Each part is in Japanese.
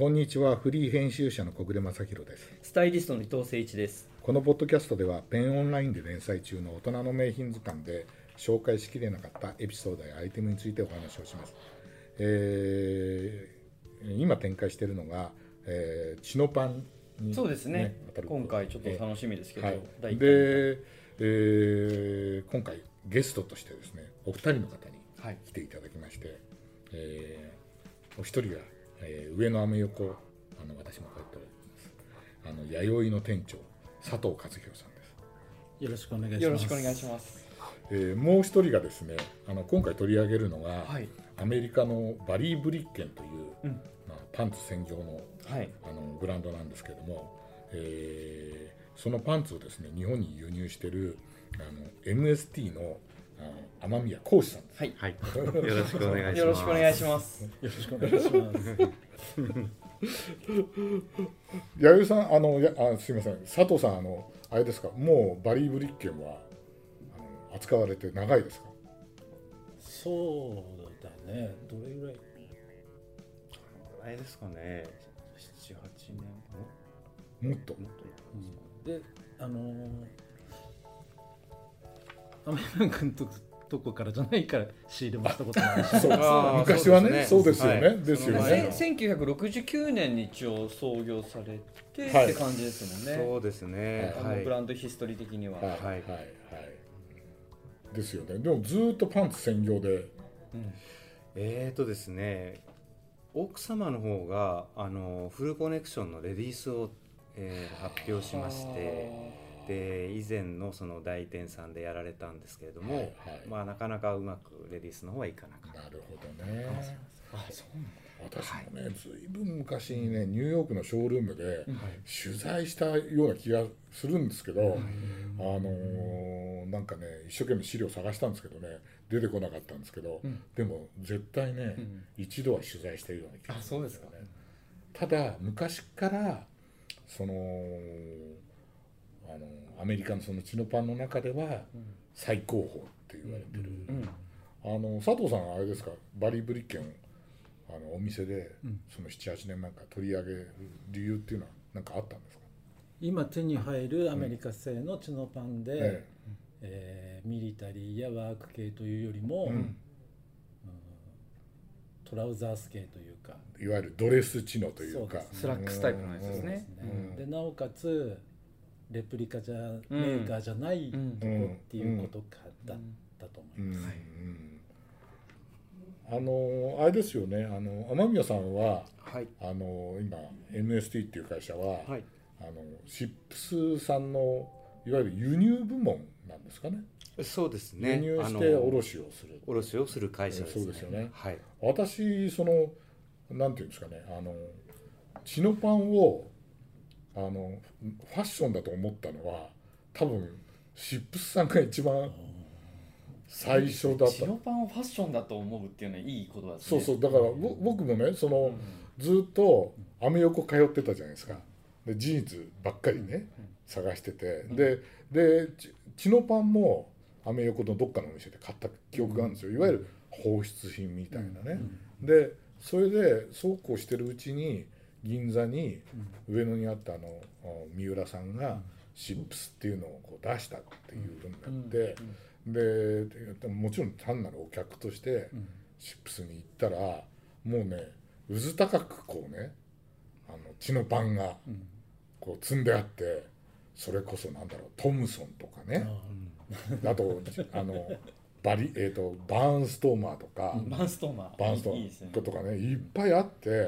こんにちは。フリー編集者の小暮正弘です。 スタイリストの伊藤誠一です。 このポッドキャストではペンオンラインで連載中の大人の名品図鑑で紹介しきれなかったエピソードやアイテムについてお話をします。今展開しているのが、チノパンに、 そうですね。今回ちょっと楽しみですけど、 はい、で、今回ゲストとしてですね、お二人の方に来ていただきまして、お一人が上野アメ横、私も通っております弥生の店長佐藤和弘さんです。 よろしくお願いします。 よろしくお願いします。 もう一人がですね、今回取り上げるのが、 はい、 アメリカのバリー・ブリッケンという、パンツ専業の、ブランドなんですけれども、そのパンツをですね日本に輸入しているMST の雨宮浩司さんです。 はい、よろしくお願いします。 よろしくお願いします。 よろしくお願いします。 弥生さん、すみません、佐藤さん、あれですか、もうバリー・ブリッケンは扱われて長いですか？ そうだね、どれぐらいあれですかね、7、8年もっと、 で、アメリカンとこからじゃないから仕入れもしたことないし昔はね、そうですよね、 はい、 ですよね。 1969年に一応創業されて、って感じですもんね。 そうですね、 ブランドヒストリー的には。 ですよね。でもずっとパンツ専業で、 ですね、奥様の方がフルコネクションのレディースを、発表しまして、で以前のその代理店さんでやられたんですけれども、なかなかうまくレディースの方はいかなかった。 なるほどね。私もね、ずいぶん昔にね、ニューヨークのショールームで取材したような気がするんですけど、なんかね、一生懸命資料探したんですけどね、出てこなかったんですけど、でも絶対ね、一度は取材したような気がするんですよね。ただ昔からそのアメリカのそのチノパンの中では最高峰って言われてる、佐藤さんはあれですか、バリー・ブリッケンお店でその 7,8 年前から取り上げる理由っていうのは何かあったんですか？ 今手に入るアメリカ製のチノパンで、ミリタリーやワーク系というよりも、トラウザース系というか、 いわゆるドレスチノというか、 スラックスタイプのやつですね。 でなおかつレプリカメーカーじゃないとこっていうことだったと思います。 あれですよね、雨宮さんは、今 MST っていう会社は、シップスさんのいわゆる輸入部門なんですかね。 そうですね。 輸入して卸をする。 卸をする会社ですね。 そうですよね。 はい。 私なんていうんですかね、チノパンをファッションだと思ったのは多分シップスさんが一番最初だった。 チノパンをファッションだと思うっていうのはいい言葉ですね。 そうだから僕もね、ずっとアメ横通ってたじゃないですか。でジーンズばっかりね、探してて、でチノパンもアメ横のどっかのお店で買った記憶があるんですよ。いわゆる放出品みたいなね。でそれでそうこうしてるうちに銀座に上野にあった三浦さんがシップスっていうのをこう出したっていうふうになって、でもちろん単なるお客としてシップスに行ったら、もうね、うず高くこうね、チノパンがこう積んであって、それこそなんだろう、トムソンとかね、あとバーンストーマーとか、 バーンストーマーとかね、いっぱいあって、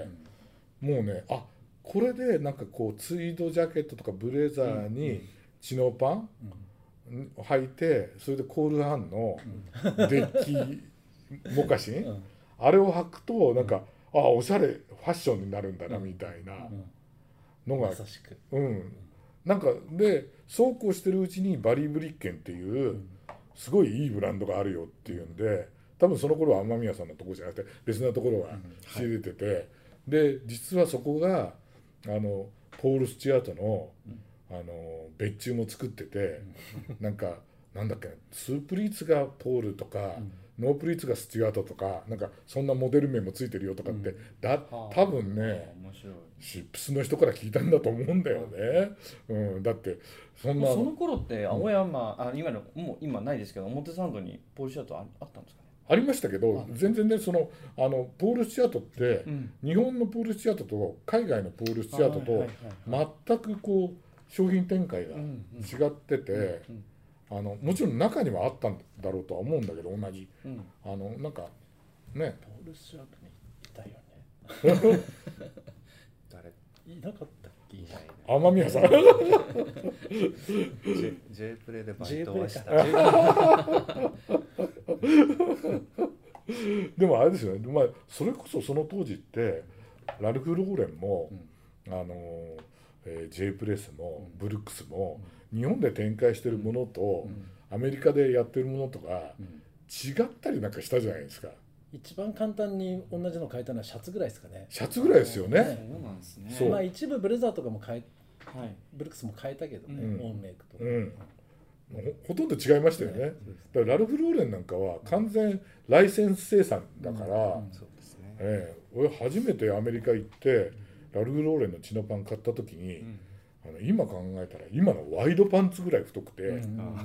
もうね、これでなんかこうツイードジャケットとかブレザーにチノパン履いて、それでコールハンのデッキモカシン、あれを履くとなんか、おしゃれファッションになるんだなみたいなのが、なんかでそうこうしてるうちにバリー・ブリッケンっていうすごいいいブランドがあるよっていうんで、多分その頃は雨宮さんのところじゃなくて別なところは仕入れてて、で実はそこがポール・スチュアートの別注も作ってて、なんだっけ、スープリーツがポールとか、 ノープリーツがスチュワートとかなんかそんなモデル名もついてるよとかって、多分ね面白い。 シップスの人から聞いたんだと思うんだよね、だってそんなその頃って青山、今のもう今ないですけど表参道にポールシアトあったんですかね。 ありましたけど、全然ねポール・スチュアートって、 うん日本のポール・スチュアートと海外のポール・スチュアートと全くこう商品展開が違ってて、もちろん中にはあったんだろうとは思うんだけど同じ、なんかねポール・スチュアートにいたよね誰いなかったっけ。 いないね。 雨宮さん J プレでバイトはした。 でもあれですよね、まあ、それこそその当時ってラルフ・ローレンも、J プレスもブルックスも、日本で展開してるものと、アメリカでやってるものとか、違ったりなんかしたじゃないですか。 一番簡単に同じの変えたのはシャツぐらいですかね。 シャツぐらいですよね。 そうなんですね。 そうまあ一部ブレザーとかもはい。 ブルックスも変えたけどね、オンメイクとか、 ほとんど違いましたよね。だからラルフ・ローレンなんかは完全ライセンス生産だから、 そうですね。 俺初めてアメリカ行ってラルフ・ローレンのチノパン買った時に、今考えたら今のワイドパンツぐらい太くて、で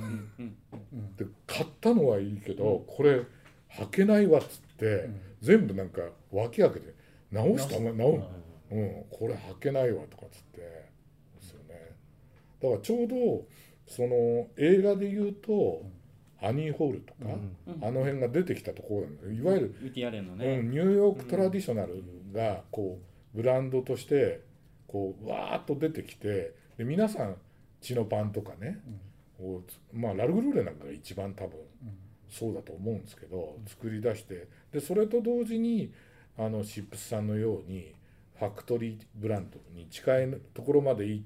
買ったのはいいけど、これ履けないわっつって、全部なんか脇開けて直したのこれ履けないわとかっつってですよね。だからちょうどその映画でいうと、アニー・ホールとか、あの辺が出てきたところなんだよ。いわゆる、 ウィティアレンのね、 ニューヨークトラディショナルがこうブランドとしてこうわーっと出てきて、で皆さんチノパンとかね、まあラルフ・ローレンなんかが一番多分そうだと思うんですけど、作り出して、でそれと同時にシップスさんのようにファクトリーブランドに近いところまで行って、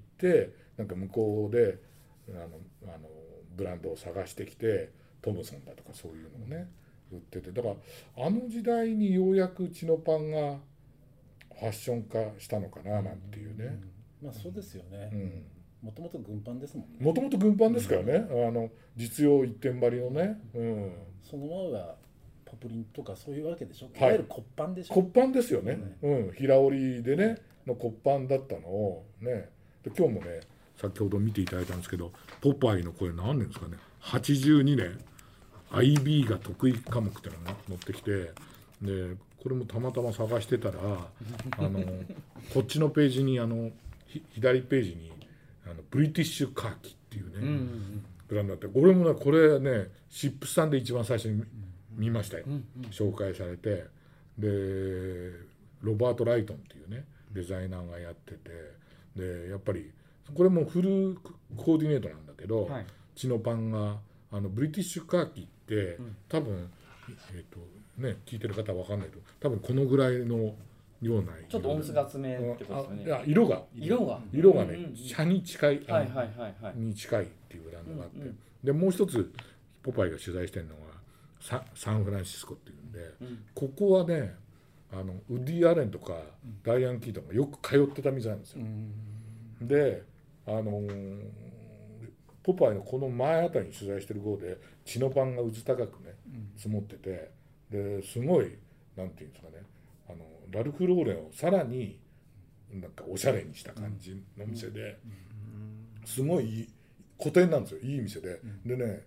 なんか向こうでブランドを探してきて、トムソンだとかそういうのをね売ってて、だからあの時代にようやくチノパンがファッション化したのかななんていうね。 まあそうですよね。もともと軍パンですもんね。 もともと軍パンですからね、実用一点張りのね、 その前はポプリンとかそういうわけでしょ。 はいいわゆる骨パンでしょ。 骨パンですよね、平織りでねの骨パンだったのをね、で今日もね先ほど見ていただいたんですけど、ポパイのこれ何年ですかね、82年 IB が得意科目っていうのが持ってきて、でこれもたまたま探してたらこっちのページに左ページにブリティッシュカーキっていうね、ブランドだって、俺もねこれねシップスさんで一番最初に見ましたよ、紹介されて、でロバート・ライトンっていうねデザイナーがやってて、でやっぱりこれもフルコーディネートなんだけど、チノパンがブリティッシュカーキって、多分ね聞いてる方は分かんないけど、多分このぐらいのようなちょっと音数が厚めってことですよね。 色がね、茶に近いに近いっていうブランドがあって、でもう一つポパイが取材してるのがサンフランシスコっていうんで、ここはねウッディ・アレンとかダイアン・キートンがよく通ってた店なんですよ。でポパイのこの前あたりに取材してる号でチノパンがうず高くね積もってて、ですごいなんていうんですかね、ラルフ・ローレンをさらになんかおしゃれにした感じの店で、すごい古典なんですよ、いい店で。でね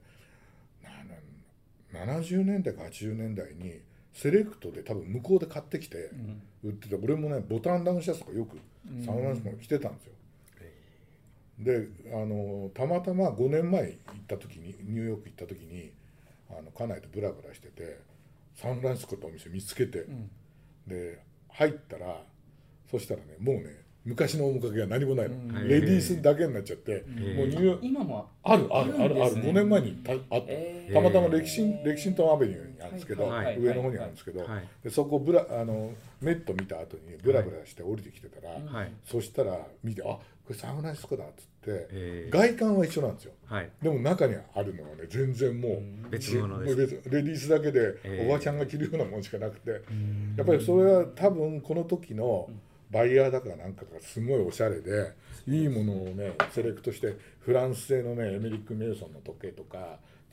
70年代か80年代にセレクトで多分向こうで買ってきて売ってて、俺もねボタンダウンシャツとかよくサンフランシスコに着てたんですよ。でたまたま5年前行った時にニューヨーク行った時に家内とブラブラしててサンフランシスコってお店見つけて、で入ったら、そしたらねもうね昔の面影が何もないの、レディースだけになっちゃって、もう今もある5年前にあって、たまたまレキシントンアベニューにあるんですけど、上の方にあるんですけど、でそこネット見た後にブラブラして降りてきてたら、そしたら見て、あこれサンフランシスコだっつって、外観は一緒なんですよ、でも中にあるのはね全然もう別物です。 レディースだけでおばちゃんが着るようなものしかなくて、やっぱりそれは多分この時のバイヤーだからなんかがすごいおしゃれでいいものをねセレクトして、フランス製のねエメリック・メイソンの時計とか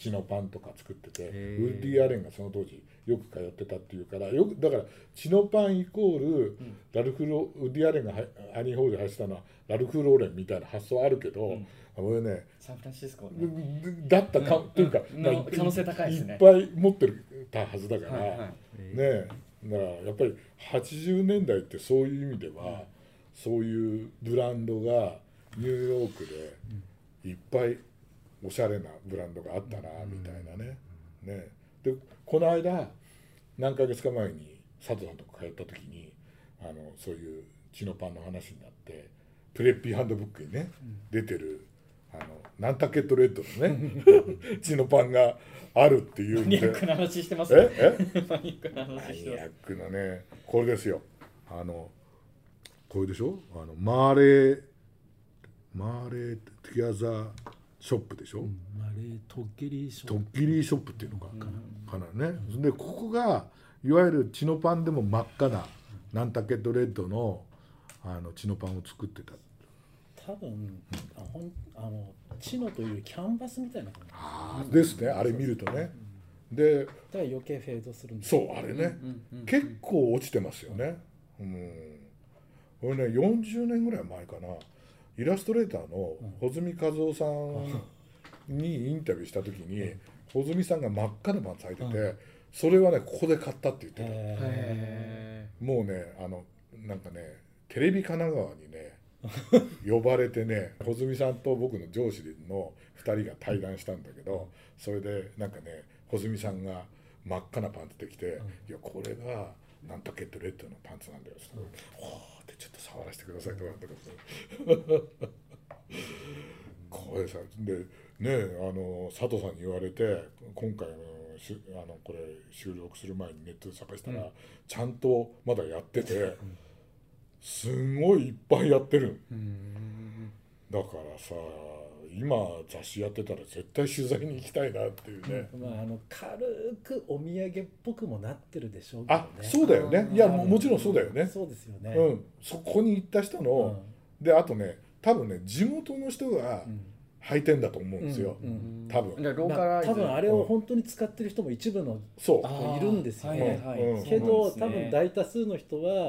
血のパンとか作ってて、ウへッディ・アレンがその当時よく通ってたっていうから、よくだから血のパンイコールラルフロウッディ・アレンがアニーホールで走ったのはラルフ・ローレンみたいな発想あるけど、俺ねサンフランシスコねだったか、というか、 の可能性高いですね。 いっぱい持ってたはずだから、 はいはいねえ、だからやっぱり80年代ってそういう意味では、そういうブランドがニューヨークでいっぱいおしゃれなブランドがあったなみたいなね。ねでこの間何ヶ月か前に佐藤さんとか通った時にそういう血のパンの話になって、プレッピーハンドブックにね、出てるナンタケットレッドのね血のパンがあるっていうんで、 マニアックな話してますね。マニアックなマ話してます。 ニアックなね、これですよ。これでしょ、マーレーティアザーショップでしょ、 マレートッキリショトッップキリショップっていうのかなね。でここがいわゆる血のパンでも真っ赤なナンタケットレッドの血のパンを作ってた。 多分チノというキャンバスみたいな感じですね、あれ見るとね。でだから余計フェードするんです。 そうあれね、結構落ちてますよね。俺ね40年ぐらい前かな、イラストレーターの穂積和夫さんにインタビューした時に、穂積さんが真っ赤なパンツ履いてて、それはねここで買ったって言ってた。もうねなんかねテレビ神奈川にね呼ばれてね、穂積さんと僕の上司の2人が対談したんだけど、それでなんかね穂積さんが真っ赤なパンツできて、いやこれがナンタケットレッドのパンツなんだよって言って、ほーってちょっと触らせてくださいとか言ったけどこれさでね佐藤さんに言われて、今回これ収録する前にネットで探したら、ちゃんとまだやってて、すんごいいっぱいやってる。だからさ今雑誌やってたら絶対取材に行きたいなっていうね。 軽くお土産っぽくもなってるでしょうけどね。 そうだよね。いやもちろんそうだよね。 そうですよね。 そこに行った人の、であとね多分ね地元の人が履いてんだと思うんですよ。多分。 ローカライズ。 多分あれを本当に使ってる人も一部のいるんですよね。けど多分大多数の人は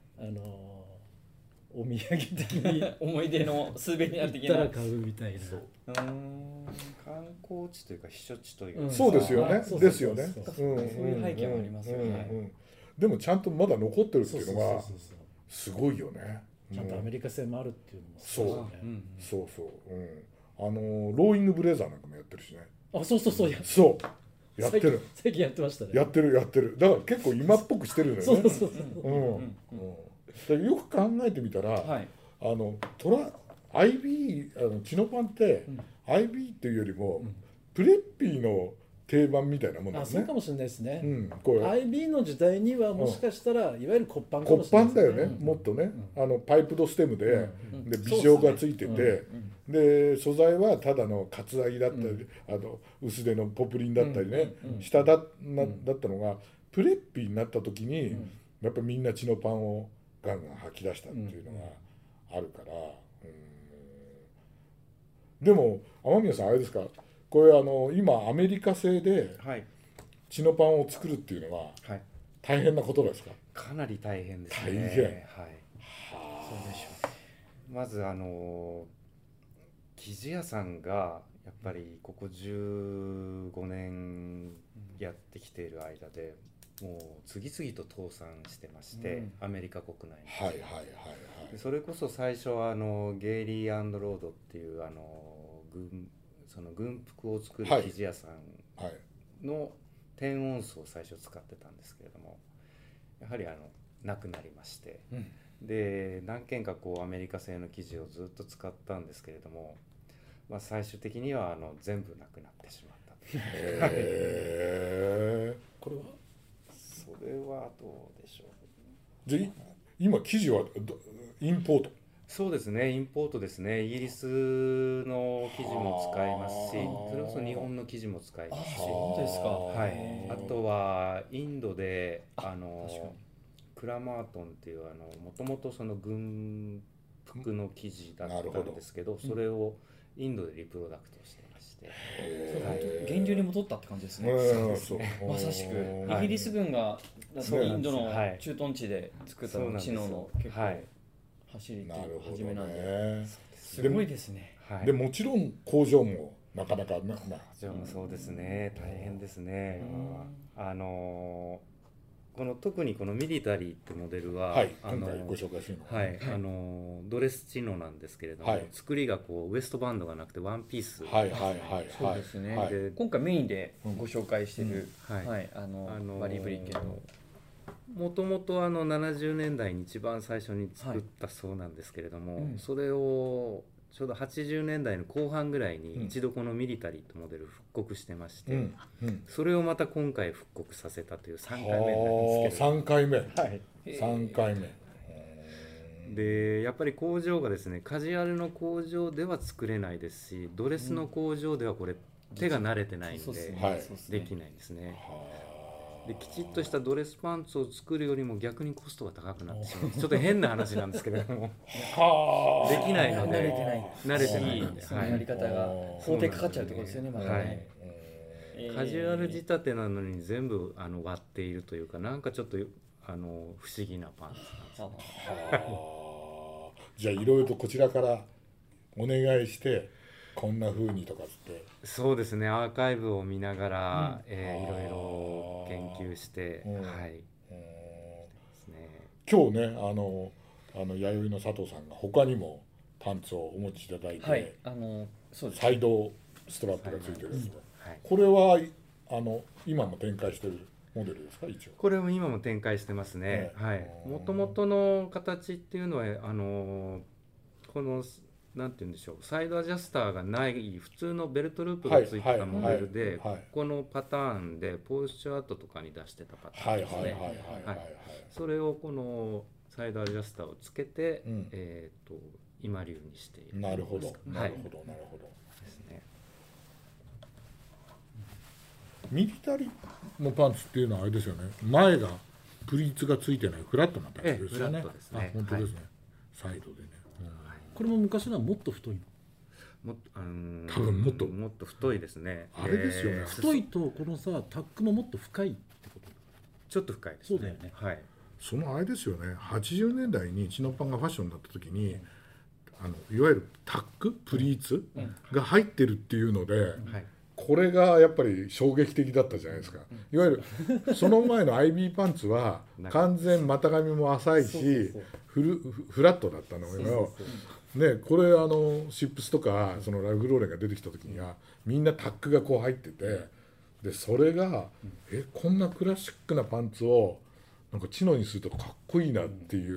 お土産的に思い出のスーベニア的な。 行ったら買うみたいな。 観光地というか避暑地というか、 そうですよね。ですよね。 そういう背景もありますよね。 でもちゃんとまだ残ってるっていうのがすごいよね。 ちゃんとアメリカ製もあるっていうのもそうそう。ローイングブレザーなんかもやってるしね。 そうやってる。 最近やってましたね。 やってる。だから結構今っぽくしてるのよね。よく考えてみたら、IB チノパンって、IB っていうよりも、プレッピーの定番みたいなもんだよね。 そうかもしれないですね。IB の時代にはもしかしたらいわゆる骨パンかもしれないですね。 骨パンだよね、もっとね。パイプドステムで微調がついてて、で素材はただのカツアギだったり、薄手のポプリンだったりね、下だったのがプレッピーになった時に、やっぱみんなチノパンをガンガン吐き出したっていうのがあるから、でも雨宮さんあれですか、これ今アメリカ製でチノパンを作るっていうのは大変なことですか？ かなり大変ですね。 大変。 そうでしょう。まず生地屋さんがやっぱりここ15年やってきている間でもう次々と倒産してまして、アメリカ国内に。それこそ最初はゲイリー&ロードっていうその軍服を作る生地屋さんの低温層を最初使ってたんですけれども、やはりなくなりまして、で何件かアメリカ製の生地をずっと使ったんですけれども、最終的には全部なくなってしまったという。 これはそれはどうでしょう。 じゃ今生地はインポート？ そうですね、インポートですね。イギリスの生地も使いますし、それこそ日本の生地も使いますし、 そうですか。 あとはインドでクラマートンっていうもともとその軍服の生地だったんですけど、それをインドでリプロダクトしてましして、 そう本当源流に戻ったって感じですね。 そうまさしくはいイギリス軍がそうインドのはい駐屯地で作ったそうなんですよ知能の結構はい走りっていうなるほどのが初めなんでね。 すごいですね。 はい、 でもちろん工場もなかなかじゃあそうですね、大変ですね。この特にこのミリタリーってモデルは、 はい、今回ご紹介するのは、 はい、ドレスチノなんですけれども、 はい作りがこうウエストバンドがなくてワンピース、 はいはいはいそうですね。 はいで今回メインでご紹介しているはいはいバリー・ブリケンのもともと70年代に一番最初に作ったそうなんですけれども、 うんそれをちょうど80年代の後半ぐらいに一度このミリタリーとモデル復刻してまして、 うんうんそれをまた今回復刻させたという3回目なんですけれども、 3回目はい 3回目でやっぱり工場がですね、カジュアルの工場では作れないですし、ドレスの工場ではこれ手が慣れてないんでそうですねはいそうですねできないんですね。できちっとしたドレスパンツを作るよりも逆にコストが高くなってしまう、ちょっと変な話なんですけれどもはできないので慣れてない慣れてないので、 そのやり方が法廷かかっちゃうってことですよね。まだね。 カジュアル仕立てなのに全部割っているというか、なんかちょっと不思議なパンツなんです。 じゃあいろいろとこちらからお願いしてこんな風にとかってそうですね、アーカイブを見ながら、いろいろ研究して、はいですね。 今日ね弥生の佐藤さんが他にもパンツをお持ちいただいて、 はいそうです。 サイドストラップがついてるやつ、 はい、 これは今も展開してるモデルですか一応。 これも今も展開してますね。はい。もともとの形っていうのはこのなんて言うんでしょう、サイドアジャスターがない普通のベルトループがついてたモデルで、ここのパターンでポーシュアートとかに出してたパターンですね。それをこのサイドアジャスターをつけて、今流にしている。 なるほどなるほどなるほどですね。 ミリタリーのパンツっていうのはあれですよね、前がプリーツがついてないフラットなタイプですよね。 フラットですね。 本当ですね、サイドでね、 これも昔のはもっと太いの。 多分もっと太いですね。 あれですよね、 太いとこのさタックももっと深いってこと。 ちょっと深いですね。 そうだよね。 はい。 そのあれですよね、80年代にチノパンがファッションになった時にいわゆるタックプリーツが入ってるっていうので、 はい。 これがやっぱり衝撃的だったじゃないですか。いわゆるその前の IB パンツは完全股上も浅いしフラットだったのよ。ね、これシップスとかそのラルフローレンが出てきた時にはみんなタックがこう入ってて、でそれがこんなクラシックなパンツをなんかチノにするとかっこいいなっていう、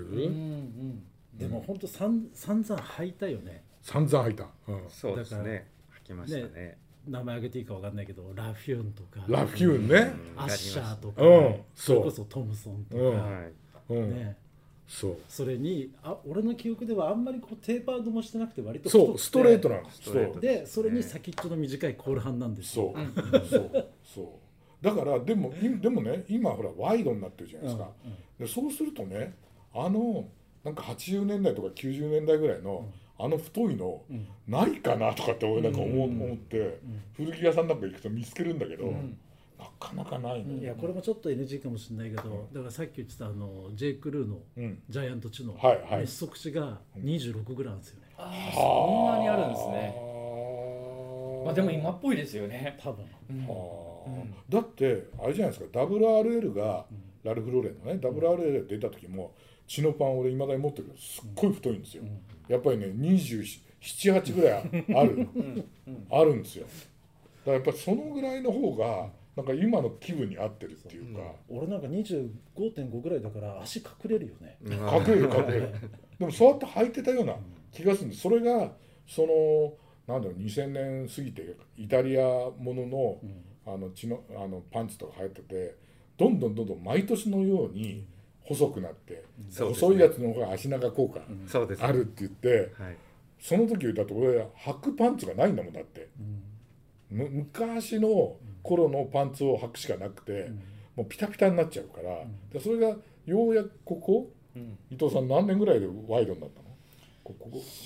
でも本当散々履いたよね。 散々履いた、 そうですね。履きましたね。 名前挙げていいか分かんないけどラフューンとかラフューンね、 アッシャーとか、それこそトムソンとか、ね、それに俺の記憶ではあんまりこうテーパードもしてなくて割とそうストレートなんです。 でそれに先っちょの短いコールハンなんですよ。 そうだからでもね今ほらワイドになってるじゃないですか。でそうするとねなんか80年代とか90年代ぐらいの太いのないかなとかって俺なんか思って古着屋さんなんか行くと見つけるんだけど、なかなかないね。 いやこれもちょっと NG かもしれないけど、だからさっき言ってたジェイ・クルーのジャイアント知能密足値が26グラムですよね。 そんなにあるんですね。まあでも今っぽいですよね多分。 だってあれじゃないですか、 WRL がラルフローレンのね WRL が出た時もチノパン俺未だに持ってるけどすっごい太いんですよ。やっぱりね27、8ぐらいあるんですよ。だからやっぱりそのぐらいの方がなんか今の気分に合ってるっていうか、 俺なんか 25.5 ぐらいだから足隠れるよね。 隠れるでもそうやって履いてたような気がするんです。それがなんだろう2000年過ぎてイタリアもののパンツとか流行っててどんどん毎年のように細くなって、細いやつの方が足長効果あるって言って、その時だと俺履くパンツがないんだもん。だって、昔の頃のパンツを履くしかなくて、もうピタピタになっちゃうから、でそれがようやく伊藤さん何年ぐらいでワイドになったの？ いや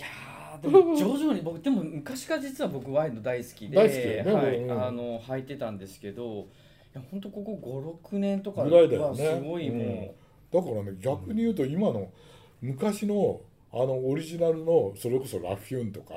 でも徐々に僕でも昔から実は僕ワイド大好きで、履いてたんですけど、いや本当ここ5、6年とかはすごいもう、だからね逆に言うと今の昔のオリジナルのそれこそラフューンとか、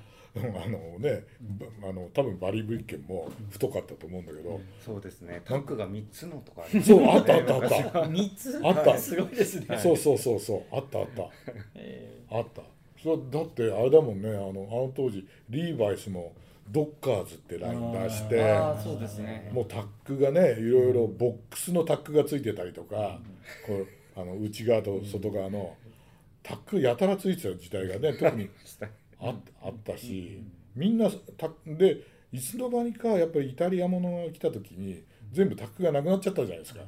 多分バリー・ブリッケンも太かったと思うんだけど、 そうですね、タックが3つのとかそうあった 3つあったすごいですね。 そうあったあったそれだってあれだもんね、あの当時リーバイスもドッカーズってライン出して、 そうですね、 もうタックがねいろいろボックスのタックがついてたりとか、こう内側と外側のタックやたらついてた時代がね特にあったし、みんなでいつの間にかやっぱりイタリアものが来た時に全部タックがなくなっちゃったじゃないですか。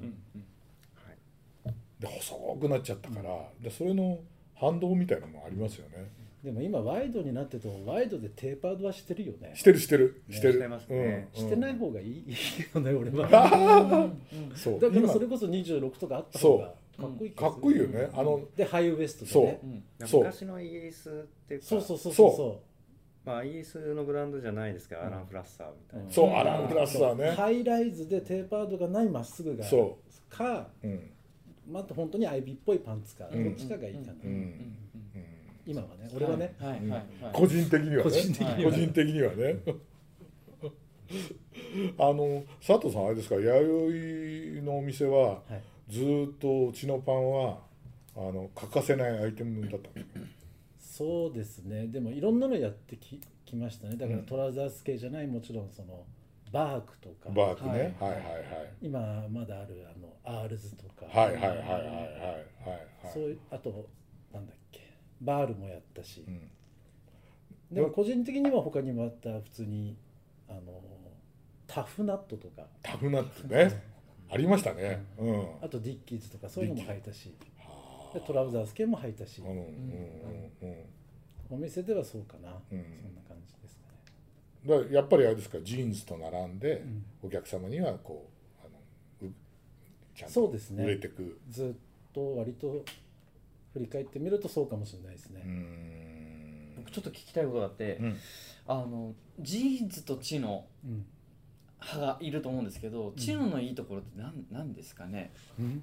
で細くなっちゃったから、でそれの反動みたいなのもありますよね。 でも今ワイドになってとワイドでテーパードはしてるよね。 してるしてますね。 してない方がいいよね俺は。 そうだからそれこそ26とかあった方がかっこいい。 かっこいいよね。 でハイウエストでね。 昔のイギリスっていうか、まあイギリスのブランドじゃないですけど、アラン・フラッサーみたいな。 そうアラン・フラッサーね。 ハイライズでテーパードがないまっすぐがか、また本当にアイビーっぽいパンツか、どっちかがいいかな。今はね、俺はね、 個人的にはね。佐藤さんあれですか、弥生のお店はずっとチノパンは欠かせないアイテムだったんですか？ そうですね。でもいろんなのやってきましたね。だからトラウザース系じゃない、もちろんそのバークとか、 バークね、 今まだあるアールズとか、そういうあとなんだっけ、バールもやったし、でも個人的には他にもあった普通にタフナットとか、 タフナットねありましたね。 あとディッキーズとかそういうのも履いたし、でトラウザース系も履いたし、お店ではそうかな、そんな感じですかね。だからやっぱりあれですか、ジーンズと並んでお客様にはこうちゃんと売れてく、 ずっと割と振り返ってみるとそうかもしれないですね。 僕ちょっと聞きたいことがあって、ジーンズとチノ派がいると思うんですけど、チノのいいところって何ですかね？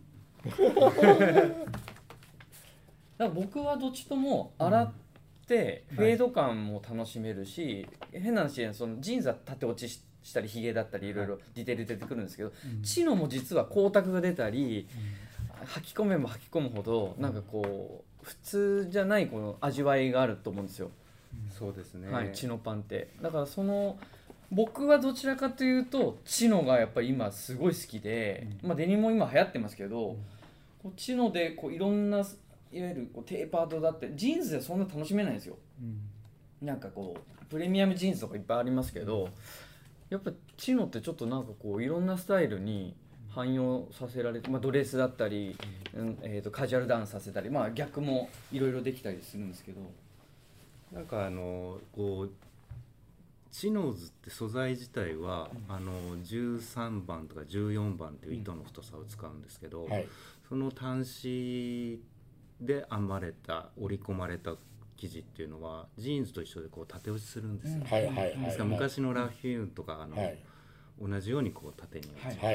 だから僕はどっちとも洗ってフェード感も楽しめるし、変な話でそのジーンズは縦落ちしたりヒゲだったりいろいろディテール出てくるんですけど、チノも実は光沢が出たり、履き込めば履き込むほどなんかこう普通じゃないこの味わいがあると思うんですよ。 そうですね。 チノパンって。だから僕はどちらかというとチノがやっぱり今すごい好きで、デニムも今流行ってますけど、チノでこういろんないわゆるこうテーパードだってジーンズではそんな楽しめないんですよ。なんかこうプレミアムジーンズとかいっぱいありますけど、やっぱチノってちょっとなんかこういろんなスタイルに汎用させられて、ドレスだったり、カジュアルダウンさせたり、逆もいろいろできたりするんですけど、 なんかこうチノーズって素材自体は、13番とか14番っていう糸の太さを使うんですけど、その端子で編まれた織り込まれた生地っていうのはジーンズと一緒でこう縦落ちするんですよ。ですから昔のラフィーンとか同じようにこう縦に落ちます。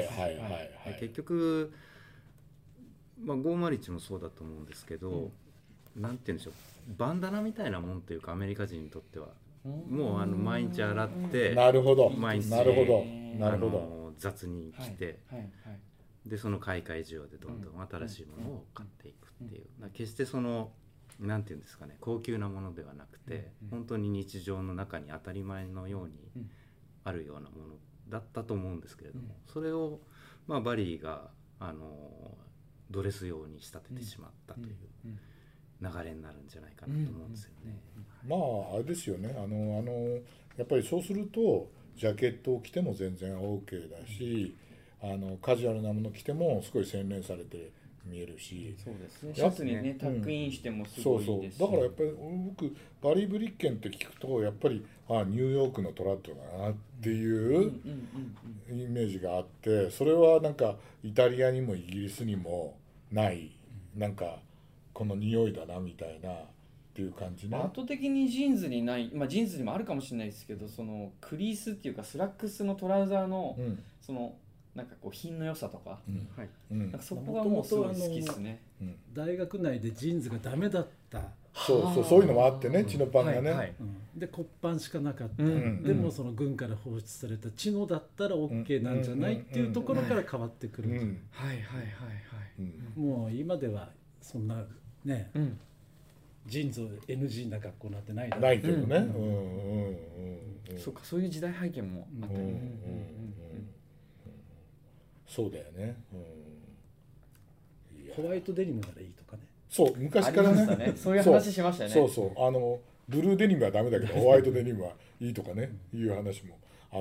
結局、501もそうだと思うんですけど、なんて言うんでしょう、バンダナみたいなもんというか、アメリカ人にとってはもう毎日洗って毎日雑に着て、でその買い替え需要でどんどん新しいものを買っていくっていう、決してそのなんていうんですかね、高級なものではなくて、本当に日常の中に当たり前のようにあるようなものだったと思うんですけれども、それをバリーがドレス用に仕立ててしまったという流れになるんじゃないかなと思うんですよね。 あれですよね、やっぱりそうするとジャケットを着ても全然 OK だし、カジュアルなもの着てもすごい洗練されて見えるし、 そうですね、シャツにねタックインしてもすごいいいですし、 だからやっぱり僕バリー・ブリッケンって聞くとやっぱりニューヨークのトラッドだなっていうイメージがあって、それはなんかイタリアにもイギリスにもないなんかこの匂いだなみたいなっていう感じね。 圧倒的にジーンズにない、ジーンズにもあるかもしれないですけど、そのクリースっていうかスラックスのトラウザーの、そのなんかこう品の良さとか、なんかそこがもうすごい好きですね。 大学内でジーンズがダメだった。 そういうのもあってね、チノパンがね。 で骨パンしかなかった。でもその軍から放出されたチノだったら OK なんじゃないっていうところから変わってくる。もう今ではそんなね、ジーンズ NG な格好なんてないだろう。 ないけどね。 そうか、そういう時代背景もあったり。 そうだよね。 ホワイトデニムならいいとかね。 そう昔からね。 そういう話しましたよね。 そうブルーデニムはダメだけどホワイトデニムはいいとかねいう話もあって、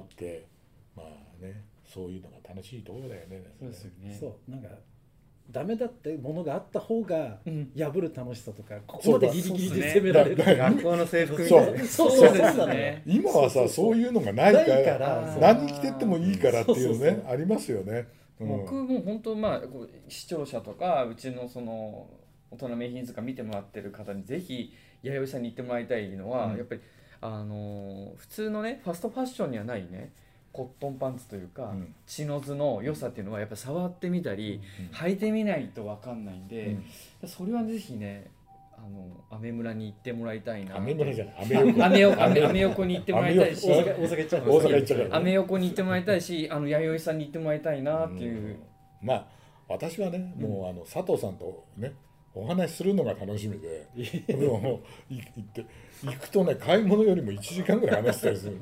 まあね、そういうのが楽しいところだよね。 そうですよね。 そうなんかダメだってものがあった方が破る楽しさとか、ここまでギリギリで攻められる。 学校の制服みたいな。 そうですね。 今はさそういうのがないから何着てってもいいからっていうねありますよね。 僕も本当視聴者とかうちのその大人名品図鑑見てもらってる方にぜひ弥生さんに言ってもらいたいのは、やっぱり普通のねファストファッションにはないねコットンパンツというか、チノズの良さっていうのはやっぱ触ってみたり、履いてみないと分かんないんで、それはぜひねアメ村に行ってもらいたいな。 アメ村じゃないアメ横に行ってもらいたいし、 大阪行っちゃう。 アメ横に行ってもらいたいし、弥生さんに行ってもらいたいなっていう。 まあ私はねもう佐藤さんとねお話しするのが楽しみで、行くとね買い物よりも1時間ぐらい話したりする。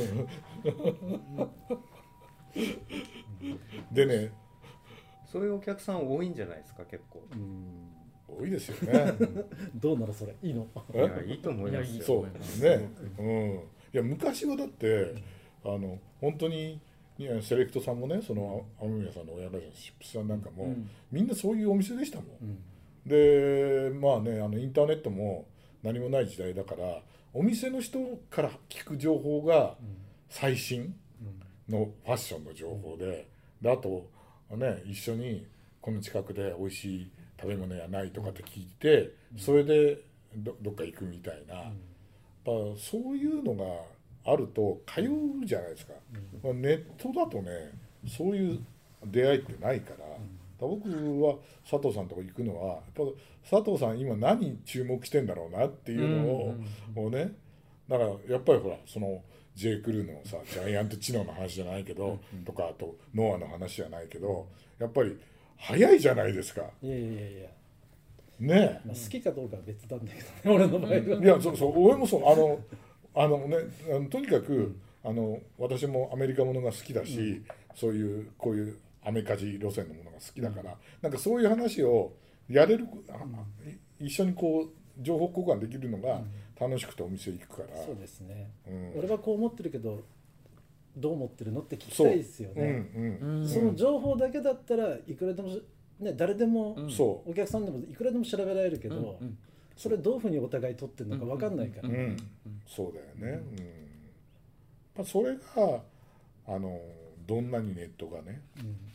でね、 そういうお客さん多いんじゃないですか結構。 多いですよね。 どうならそれいいの？ いやいいと思いますよ。 そうね。いや昔はだって本当にセレクトさんもねその雨宮さんの親ラジオシップスさんなんかも、みんなそういうお店でしたもん。でまあねインターネットも何もない時代だからお店の人から聞く情報が最新のファッションの情報で、あとね一緒にこの近くで美味しい食べ物やないとかって聞いて、それでどっか行くみたいな、やっぱそういうのがあると通うじゃないですか。ネットだとねそういう出会いってないから。僕は佐藤さんとこ行くのはやっぱ佐藤さん今何注目してんだろうなっていうのをね、だからやっぱりほらその J. クルーのさジャイアント知能の話じゃないけど、とかあとノアの話じゃないけどやっぱり早いじゃないですか。 いやね、 好きかどうかは別なんだけどね俺の場合は。 いやそう俺もそうねとにかく私もアメリカものが好きだし、そういうこういうアメカジ路線のものが好きだから、なんかそういう話をやれる、一緒にこう情報交換できるのが楽しくてお店行くから。 そうですね、俺はこう思ってるけどどう思ってるのって聞きたいですよね。その情報だけだったらいくらでもね誰でも、お客さんでもいくらでも調べられるけど、それどういうふうにお互い取ってるのか分かんないから。 そうだよね。それがどんなにネットがね、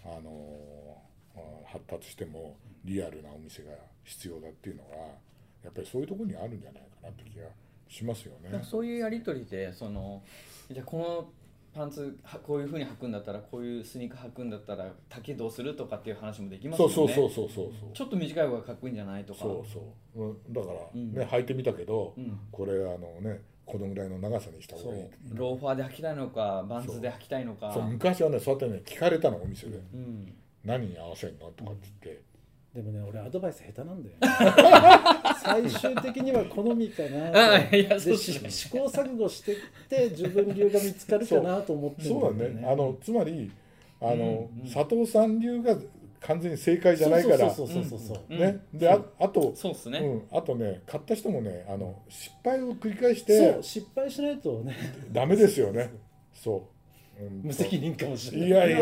発達してもリアルなお店が必要だっていうのがやっぱりそういうところにあるんじゃないかなって気がしますよね。 そういうやり取りでじゃあこのパンツこういう風に履くんだったらこういうスニーカー履くんだったら丈どうするとかっていう話もできますよね。 そうちょっと短い方がかっこいいんじゃないとか。 だからね、履いてみたけど、これねこのぐらいの長さにした方がいい。 ローファーで履きたいのかバンズで履きたいのか。 昔はねそうやってね聞かれたのお店で、何に合わせるのとかって言って。 でもね俺アドバイス下手なんだよ。最終的には好みかなとで試行錯誤してって自分流が見つかるかなと思ってるんだよね。 そうだね。つまり佐藤さん流が完全に正解じゃないからね。であとそうですね。 あとね買った人もね失敗を繰り返して失敗しないとねダメですよね。 無責任かもしれない。 いや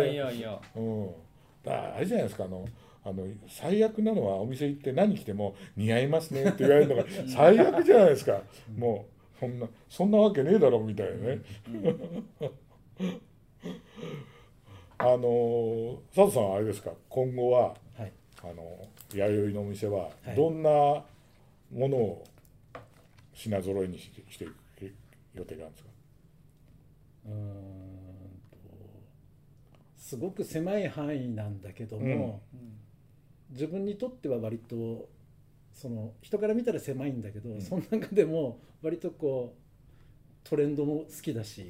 あれじゃないですか最悪なのはお店行って何着ても似合いますねって言われるのが最悪じゃないですか。もうそんなわけねえだろみたいなね。佐藤さんはあれですか今後は、弥生のお店はどんなものを品揃えにしていく予定があるんですか？ すごく狭い範囲なんだけども、自分にとっては割とその人から見たら狭いんだけど、その中でも割とこうトレンドも好きだし、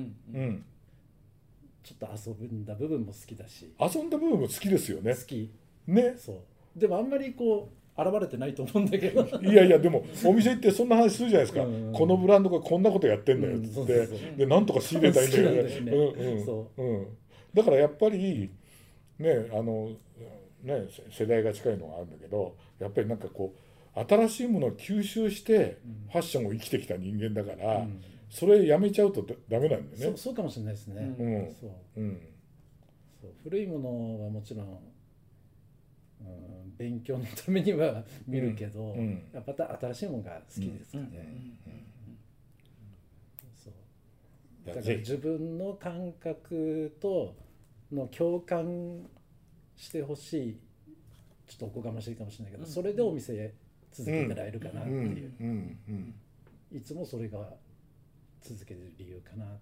ちょっと遊んだ部分も好きだし、 遊んだ部分も好きですよね。 好きね。 そうでもあんまりこう現れてないと思うんだけどいやいやでもお店行ってそんな話するじゃないですか。このブランドがこんなことやってんだよって、でなんとか仕入れたいんだよね。だからやっぱりね世代が近いのがあるんだけど、やっぱりなんかこう新しいものを吸収してファッションを生きてきた人間だから、それやめちゃうとダメなんだよね。 そうかもしれないですね。古いものはもちろん、勉強のためには見るけど、やっぱ新しいものが好きですかね。だから自分の感覚との共感してほしい、ちょっとおこがましいかもしれないけど、それでお店続けてられるかなっていう、いつもそれが続けてる理由かなって。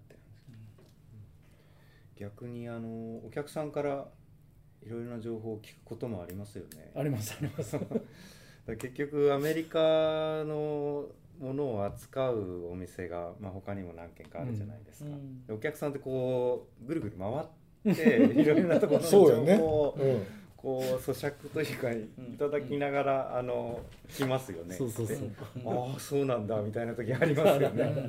逆にお客さんからいろいろな情報を聞くこともありますよね。 ありますあります。 結局アメリカのものを扱うお店が、他にも何軒かあるじゃないですか。お客さんってこうぐるぐる回っていろいろなところの情報をこう咀嚼というかいただきながら来ますよね。ああそうなんだみたいな時ありますよね。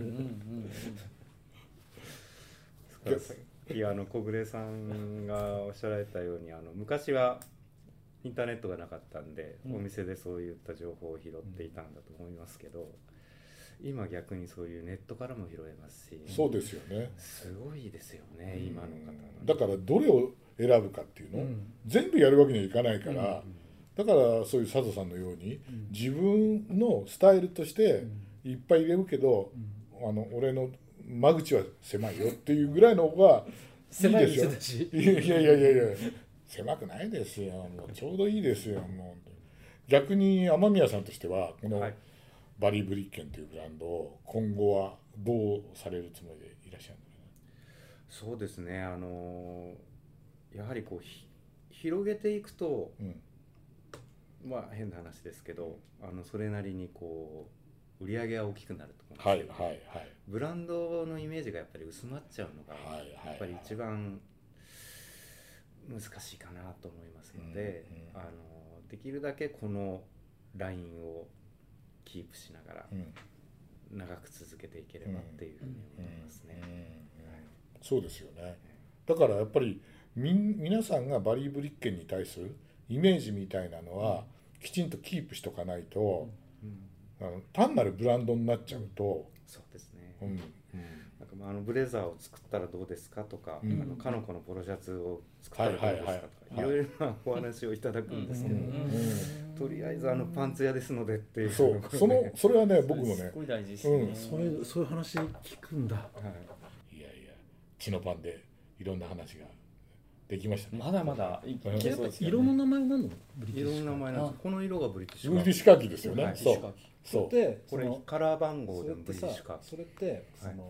小暮さんがおっしゃられたように昔はインターネットがなかったんで、お店でそういった情報を拾っていたんだと思いますけど、今逆にそういうネットからも拾えますし。 そうですよね。 すごいですよね、今の方の。 だからどれを選ぶかっていうの、全部やるわけにはいかないから、だからそういう佐藤さんのように、自分のスタイルとしていっぱい入れるけど、俺の間口は狭いよっていうぐらいの方がいいですよ。いや狭くないですよ。もうちょうどいいですよ。もう逆に雨宮さんとしてはこのバリー・ブリッケンというブランドを今後はどうされるつもりでいらっしゃるんですか？ そうですね。やはりこう広げていくと、変な話ですけど、それなりにこう売り上げが大きくなると思うんですけど、ブランドのイメージがやっぱり薄まっちゃうのがやっぱり一番難しいかなと思いますので、できるだけこのラインをキープしながら長く続けていければっていうふうに思いますね。 そうですよね。だからやっぱり皆さんがバリー・ブリッケンに対するイメージみたいなのはきちんとキープしとかないと、単なるブランドになっちゃうと、 そうですね。なんかブレザーを作ったらどうですかとか、かのこのポロシャツを作ったらどうですかとか、いろいろなお話をいただくんですけど、とりあえずパンツ屋ですのでっていう。 それはね、僕もね、 すごい大事ですね。 そういう話聞くんだ。 いやチノパンでいろんな話ができましたね。 まだまだいけそうですよね。 色の名前なの？ 色の名前なんです。この色がブリティッシュ。 ブリティッシュカーキですよね。 そうでこれカラー番号でブリティッシュカーキ。 それって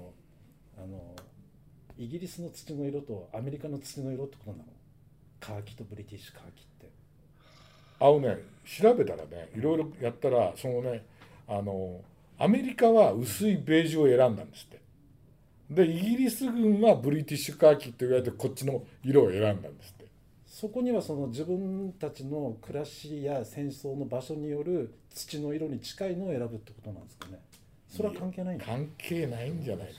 イギリスの土の色とアメリカの土の色ってことなの？カーキとブリティッシュカーキって。 調べたらね、いろいろやったらアメリカは薄いベージュを選んだんですって。でイギリス軍はブリティッシュカーキって言われてこっちの色を選んだんですって。 そこにはその自分たちの暮らしや戦争の場所による土の色に近いのを選ぶってことなんですかね。それは関係ないんだ。 関係ないんじゃないか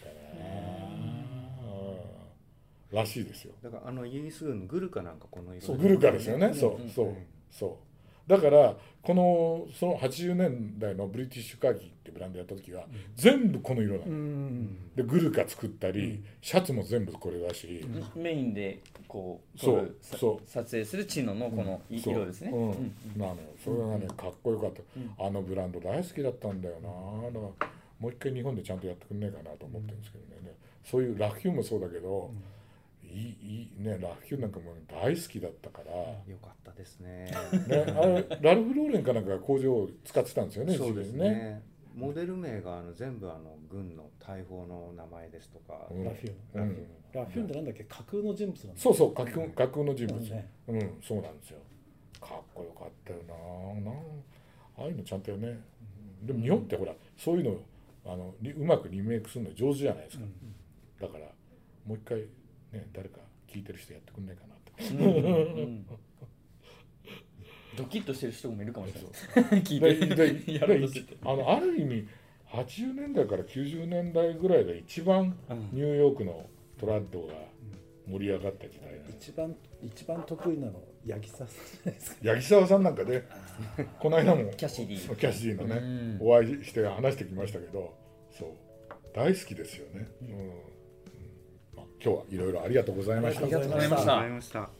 な、らしいですよ。 だからイギリス軍のグルカなんかこの色、 グルカですよね。そうだからその80年代のブリティッシュカーキってブランドやった時は全部この色なの。でグルカ作ったりシャツも全部これだし、 メインでこう撮影するチノのこの色ですね。 それがねかっこよかった。ブランド大好きだったんだよな。だからもう一回日本でちゃんとやってくんないかなと思ってるんですけどね。そういうラフヒューもそうだけど、ラフヒューなんかも大好きだったから。 よかったですね。 ラルフ・ローレンかなんか工場を使ってたんですよね。 そうですね。 モデル名が全部軍の大砲の名前ですとか、 ラフューンってなんだっけ、架空の人物なんだ。 そうそう、架空の人物、そうなんですよ。かっこよかったよな。ああいうのちゃんとよね。でも日本ってほらそういうのうまくリメイクするの上手じゃないですか。だからもう一回ね、誰か聞いてる人やってくんないかなって。 ドキッとしてる人もいるかもしれない聞いてやろうとしてて、 ある意味80年代から90年代ぐらいが一番ニューヨークのトラッドが盛り上がった時代、 一番得意なの八木沢さんじゃないですか。 八木沢さんなんかねこの間もキャシディのね、お会いして話してきましたけど、そう大好きですよね。今日はいろいろありがとうございました。 ありがとうございました。